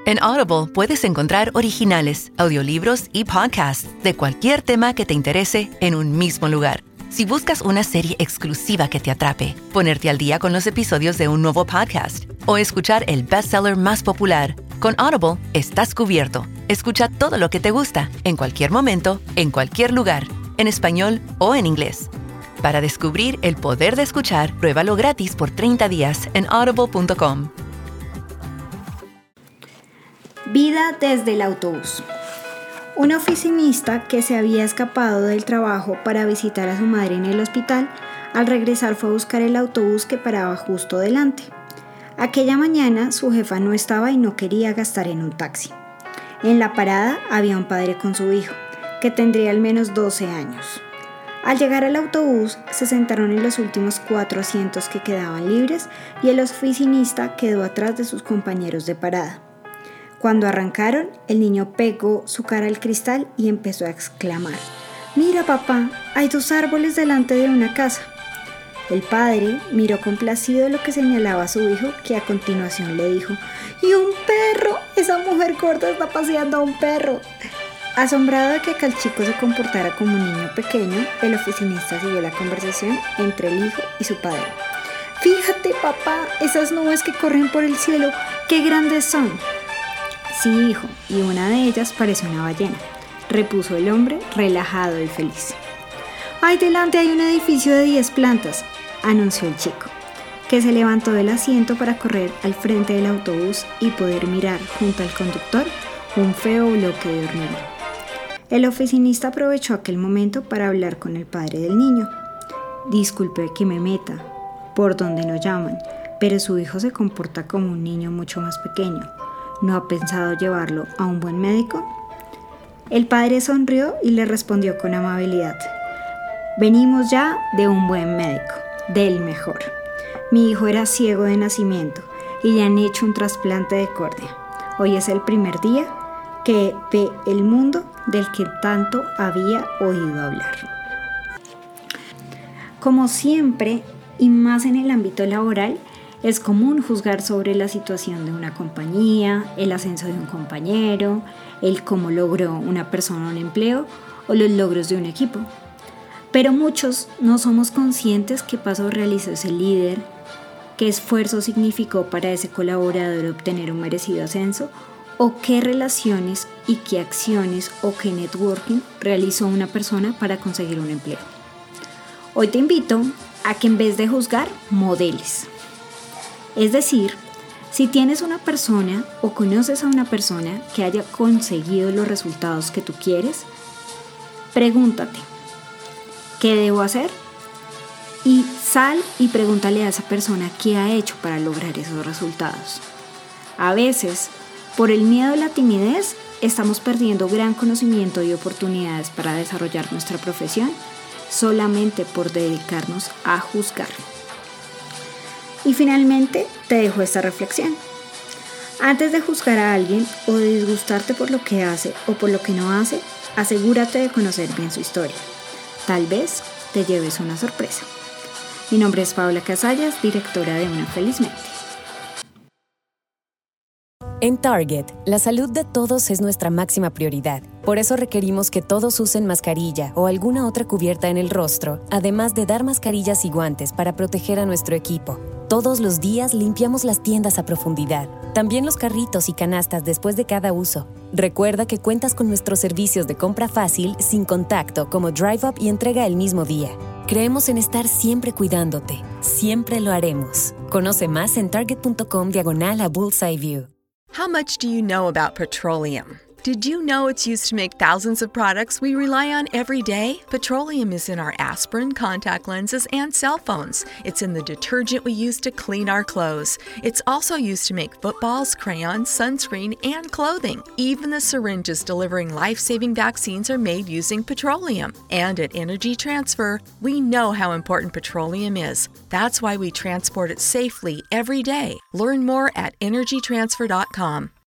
En Audible puedes encontrar originales, audiolibros y podcasts de cualquier tema que te interese en un mismo lugar. Si buscas una serie exclusiva que te atrape, ponerte al día con los episodios de un nuevo podcast o escuchar el bestseller más popular, con Audible estás cubierto. Escucha todo lo que te gusta, en cualquier momento, en cualquier lugar, en español o en inglés. Para descubrir el poder de escuchar, pruébalo gratis por 30 días en audible.com. Vida desde el autobús. Una oficinista que se había escapado del trabajo para visitar a su madre en el hospital, al regresar fue a buscar el autobús que paraba justo delante. Aquella mañana su jefa no estaba y no quería gastar en un taxi. En la parada había un padre con su hijo, que tendría al menos 12 años. Al llegar al autobús, se sentaron en los últimos 4 asientos que quedaban libres y el oficinista quedó atrás de sus compañeros de parada. Cuando arrancaron, el niño pegó su cara al cristal y empezó a exclamar: «Mira, papá, hay 2 árboles delante de una casa». El padre miró complacido lo que señalaba a su hijo, que a continuación le dijo: «¡Y un perro! Esa mujer gorda está paseando a un perro». Asombrado de que aquel chico se comportara como un niño pequeño, el oficinista siguió la conversación entre el hijo y su padre. «Fíjate, papá, esas nubes que corren por el cielo, ¡qué grandes son!». «Sí, hijo, y una de ellas parece una ballena», repuso el hombre, relajado y feliz. «Ahí delante hay un edificio de 10 plantas», anunció el chico, que se levantó del asiento para correr al frente del autobús y poder mirar junto al conductor un feo bloque de hormigón. El oficinista aprovechó aquel momento para hablar con el padre del niño. «Disculpe que me meta, por donde nos llaman, pero su hijo se comporta como un niño mucho más pequeño. ¿No ha pensado llevarlo a un buen médico?». El padre sonrió y le respondió con amabilidad: «Venimos ya de un buen médico, del mejor. Mi hijo era ciego de nacimiento y le han hecho un trasplante de córnea. Hoy es el primer día que ve el mundo del que tanto había oído hablar». Como siempre, y más en el ámbito laboral, es común juzgar sobre la situación de una compañía, el ascenso de un compañero, el cómo logró una persona un empleo o los logros de un equipo. Pero muchos no somos conscientes qué paso realizó ese líder, qué esfuerzo significó para ese colaborador obtener un merecido ascenso, o qué relaciones y qué acciones o qué networking realizó una persona para conseguir un empleo. Hoy te invito a que en vez de juzgar, modeles. Es decir, si tienes una persona o conoces a una persona que haya conseguido los resultados que tú quieres, pregúntate: ¿qué debo hacer? Y sal y pregúntale a esa persona qué ha hecho para lograr esos resultados. A veces, por el miedo a la timidez, estamos perdiendo gran conocimiento y oportunidades para desarrollar nuestra profesión solamente por dedicarnos a juzgar. Y finalmente, te dejo esta reflexión. Antes de juzgar a alguien o de disgustarte por lo que hace o por lo que no hace, asegúrate de conocer bien su historia. Tal vez te lleves una sorpresa. Mi nombre es Paola Casallas, directora de Una Feliz Mente. En Target, la salud de todos es nuestra máxima prioridad. Por eso requerimos que todos usen mascarilla o alguna otra cubierta en el rostro, además de dar mascarillas y guantes para proteger a nuestro equipo. Todos los días limpiamos las tiendas a profundidad, también los carritos y canastas después de cada uso. Recuerda que cuentas con nuestros servicios de compra fácil, sin contacto, como Drive Up y entrega el mismo día. Creemos en estar siempre cuidándote. Siempre lo haremos. Conoce más en target.com/bullseye-view. How much do you know about petroleum? Did you know it's used to make thousands of products we rely on every day? Petroleum is in our aspirin, contact lenses, and cell phones. It's in the detergent we use to clean our clothes. It's also used to make footballs, crayons, sunscreen, and clothing. Even the syringes delivering life-saving vaccines are made using petroleum. And at Energy Transfer, we know how important petroleum is. That's why we transport it safely every day. Learn more at energytransfer.com.